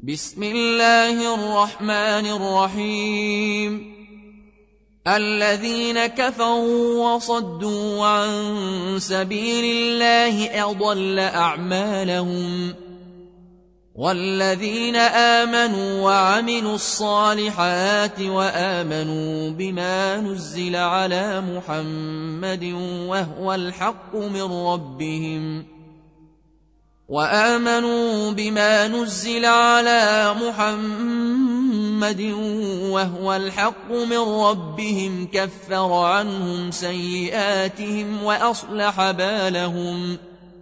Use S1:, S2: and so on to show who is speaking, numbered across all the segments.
S1: بسم الله الرحمن الرحيم. الذين كفروا وصدوا عن سبيل الله أضل أعمالهم، والذين آمنوا وعملوا الصالحات وآمنوا بما نزل على محمد وهو الحق من ربهم كفر عنهم سيئاتهم وأصلح بالهم.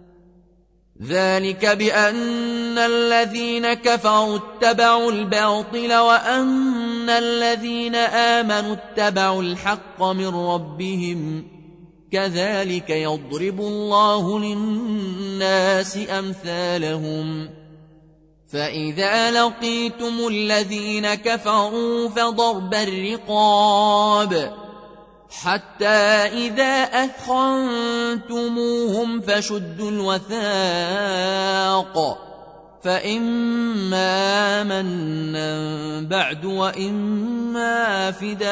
S1: ذلك بأن الذين كفروا اتبعوا الباطل وأن الذين آمنوا اتبعوا الحق من ربهم، كذلك يضرب الله للناس أمثالهم. فإذا لقيتم الذين كفروا فضرب الرقاب حتى إذا أثخنتموهم فشدوا الوثاق، فإما منا بعد وإما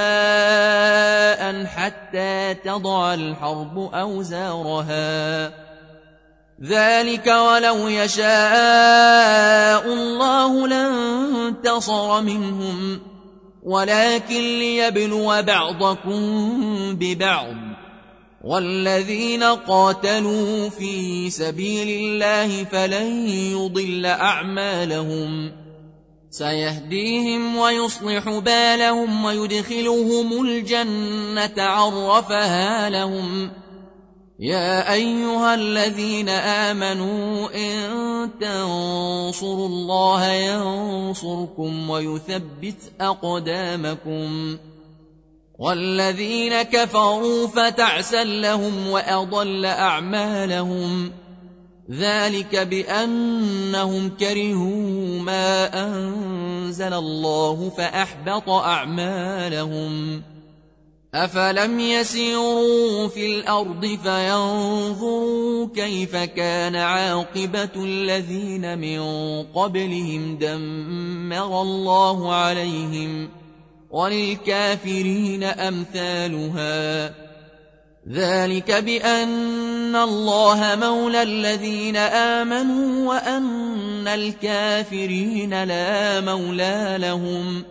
S1: فداء حتى تضع الحرب أوزارها. ذلك ولو يشاء الله لانتصر منهم، ولكن ليبلو بعضكم ببعض. والذين قاتلوا في سبيل الله فلن يضل أعمالهم، سيهديهم ويصلح بالهم ويدخلهم الجنة عرفها لهم. يا أيها الذين آمنوا إن تنصروا الله ينصركم ويثبت أقدامكم. والذين كفروا فتعسا لهم وأضل أعمالهم، ذلك بأنهم كرهوا ما أنزل الله فأحبط أعمالهم. أفلم يسيروا في الأرض فينظروا كيف كان عاقبة الذين من قبلهم دمر الله عليهم، وللكافرين أمثالها. ذلك بأن الله مولى الذين آمنوا وأن الكافرين لا مولى لهم.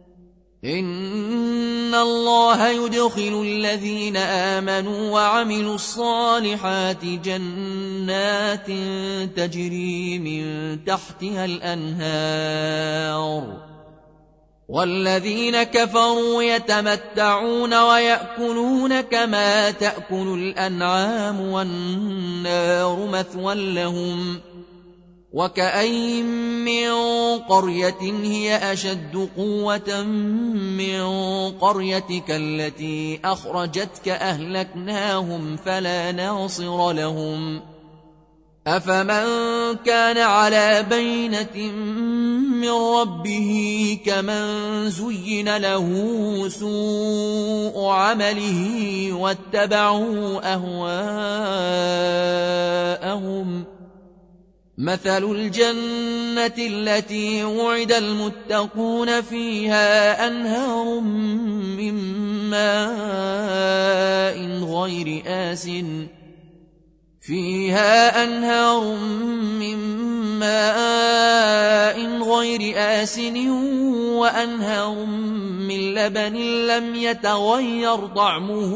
S1: إن الله يدخل الذين آمنوا وعملوا الصالحات جنات تجري من تحتها الأنهار، والذين كفروا يتمتعون ويأكلون كما تأكل الأنعام والنار مثوى لهم. وكأين من قرية هي أشد قوة من قريتك التي أخرجتك أهلكناهم فلا ناصر لهم. أفمن كان على بينة من ربه كمن زين له سوء عمله واتبعوا أهواءهم. مثل الجنة التي وعد المتقون فيها أنهار من ماء غير آسن وأنهار من لبن لم يتغير طعمه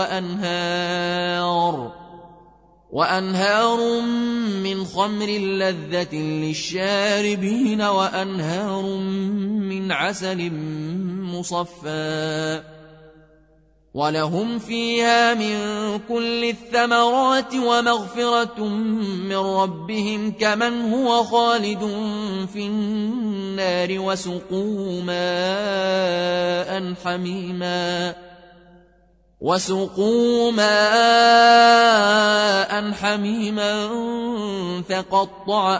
S1: وأنهار من خمر لذة للشاربين وأنهار من عسل مصفى، ولهم فيها من كل الثمرات ومغفرة من ربهم كمن هو خالد في النار وسقوا ماء حميما فقطع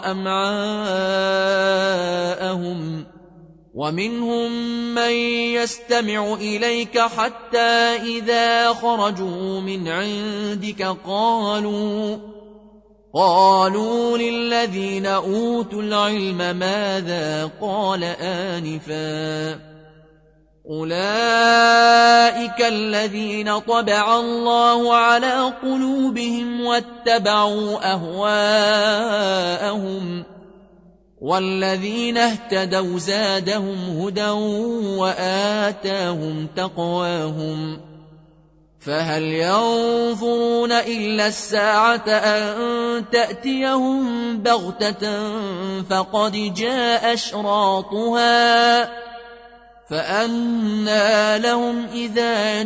S1: أمعاءهم. ومنهم من يستمع إليك حتى إذا خرجوا من عندك قالوا للذين أوتوا العلم ماذا قال آنفا أولئك الذين طبع الله على قلوبهم واتبعوا أهواءهم والذين اهتدوا زادهم هدى وآتاهم تقواهم فهل ينظرون إلا الساعة أن تأتيهم بغتة فقد جاء أشراطها فأنى لهم إذا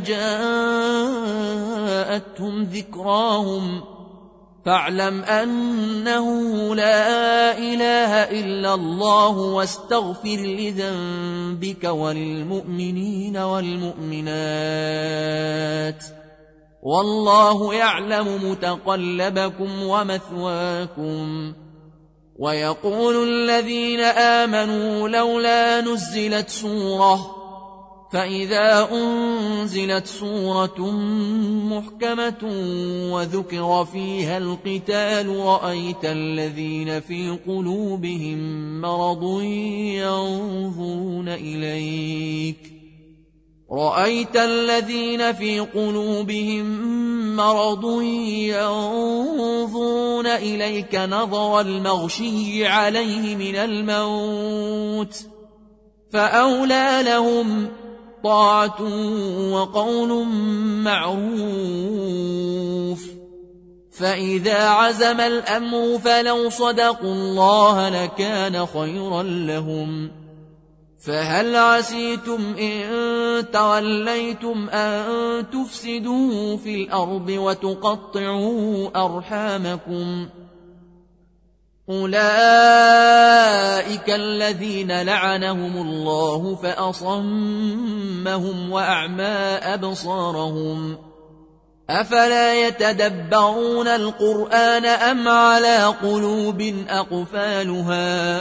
S1: جاءتهم ذكراهم فاعلم أنه لا إله إلا الله واستغفر لذنبك وللمؤمنين والمؤمنات والله يعلم متقلبكم ومثواكم ويقول الذين آمنوا لولا نزلت سورة فإذا أنزلت سورة محكمة وذكر فيها القتال رأيت الذين في قلوبهم مرض ينظرون إليك نظر المغشي عليه من الموت فأولى لهم طاعة وقول معروف فإذا عزم الأمر فلو صدقوا الله لكان خيرا لهم فهل عسيتم إن توليتم أن تفسدوا في الأرض وتقطعوا أرحامكم أولئك الذين لعنهم الله فأصمهم وأعمى أبصارهم أفلا يتدبرون القرآن أم على قلوب أقفالها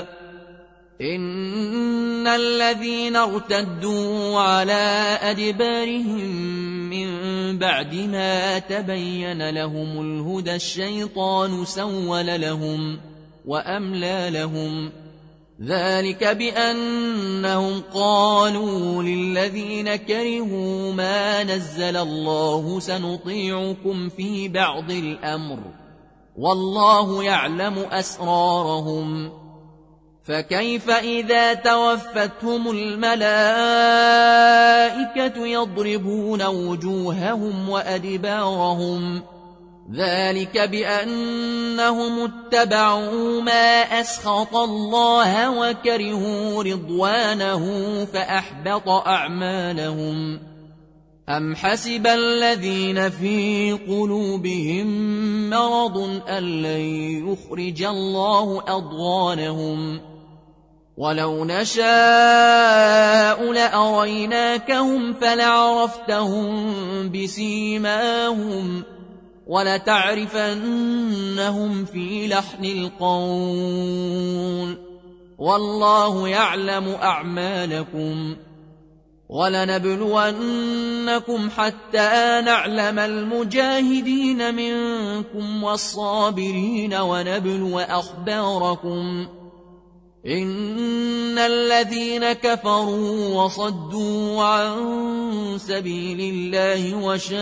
S1: إن الذين ارتدوا على أدبارهم من بعد ما تبين لهم الهدى الشيطان سول لهم وأملى لهم ذلك بأنهم قالوا للذين كرهوا ما نزل الله سنطيعكم في بعض الأمر والله يعلم أسرارهم فكيف إذا توفتهم الملائكة يضربون وجوههم وأدبارهم ذلك بأنهم اتبعوا ما أسخط الله وكرهوا رضوانه فأحبط أعمالهم أم حسب الذين في قلوبهم مرض أن لن يخرج الله أضغانهم ولو نشاء لأريناكهم فلعرفتهم بسيماهم ولتعرفنهم في لحن القول والله يعلم أعمالكم ولنبلونكم حتى نعلم المجاهدين منكم والصابرين ونبلو أخباركم إن الذين كفروا وصدوا عن سبيل الله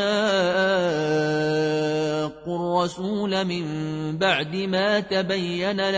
S1: وشاقوا الرسول من بعد ما تبين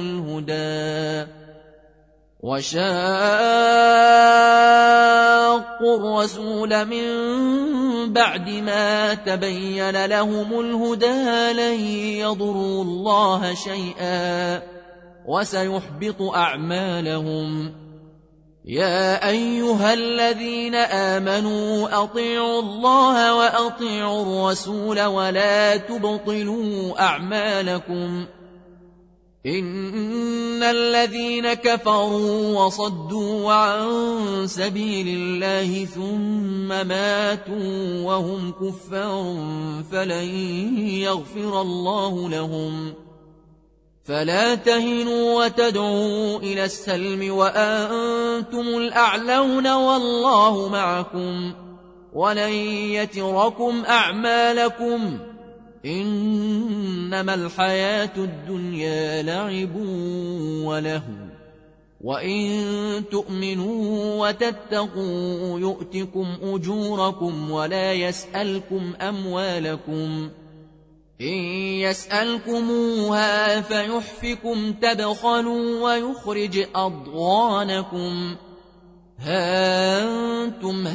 S1: لهم الهدى لن يضروا الله شيئا وسيحبط أعمالهم يا أيها الذين آمنوا أطيعوا الله وأطيعوا الرسول ولا تبطلوا أعمالكم إن الذين كفروا وصدوا عن سبيل الله ثم ماتوا وهم كفار فلن يغفر الله لهم فلا تهنوا وتدعوا إلى السلم وأنتم الأعلون والله معكم ولن يتركم أعمالكم إنما الحياة الدنيا لعب ولهو وإن تؤمنوا وتتقوا يؤتكم أجوركم ولا يسألكم أموالكم إن يسألكموها فيحفكم تبخلوا ويخرج أضغانكم ها أنتم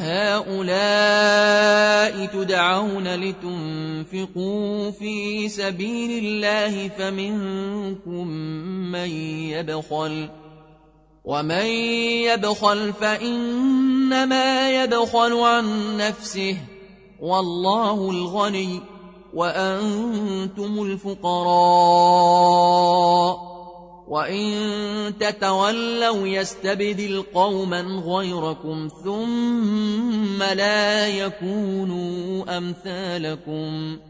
S1: هؤلاء تدعون لتنفقوا في سبيل الله فمنكم من يبخل ومن يبخل فإنما يبخل عن نفسه والله الغني وأنتم الفقراء وإن تتولوا يستبدل قوما غيركم ثم لا يكونوا أمثالكم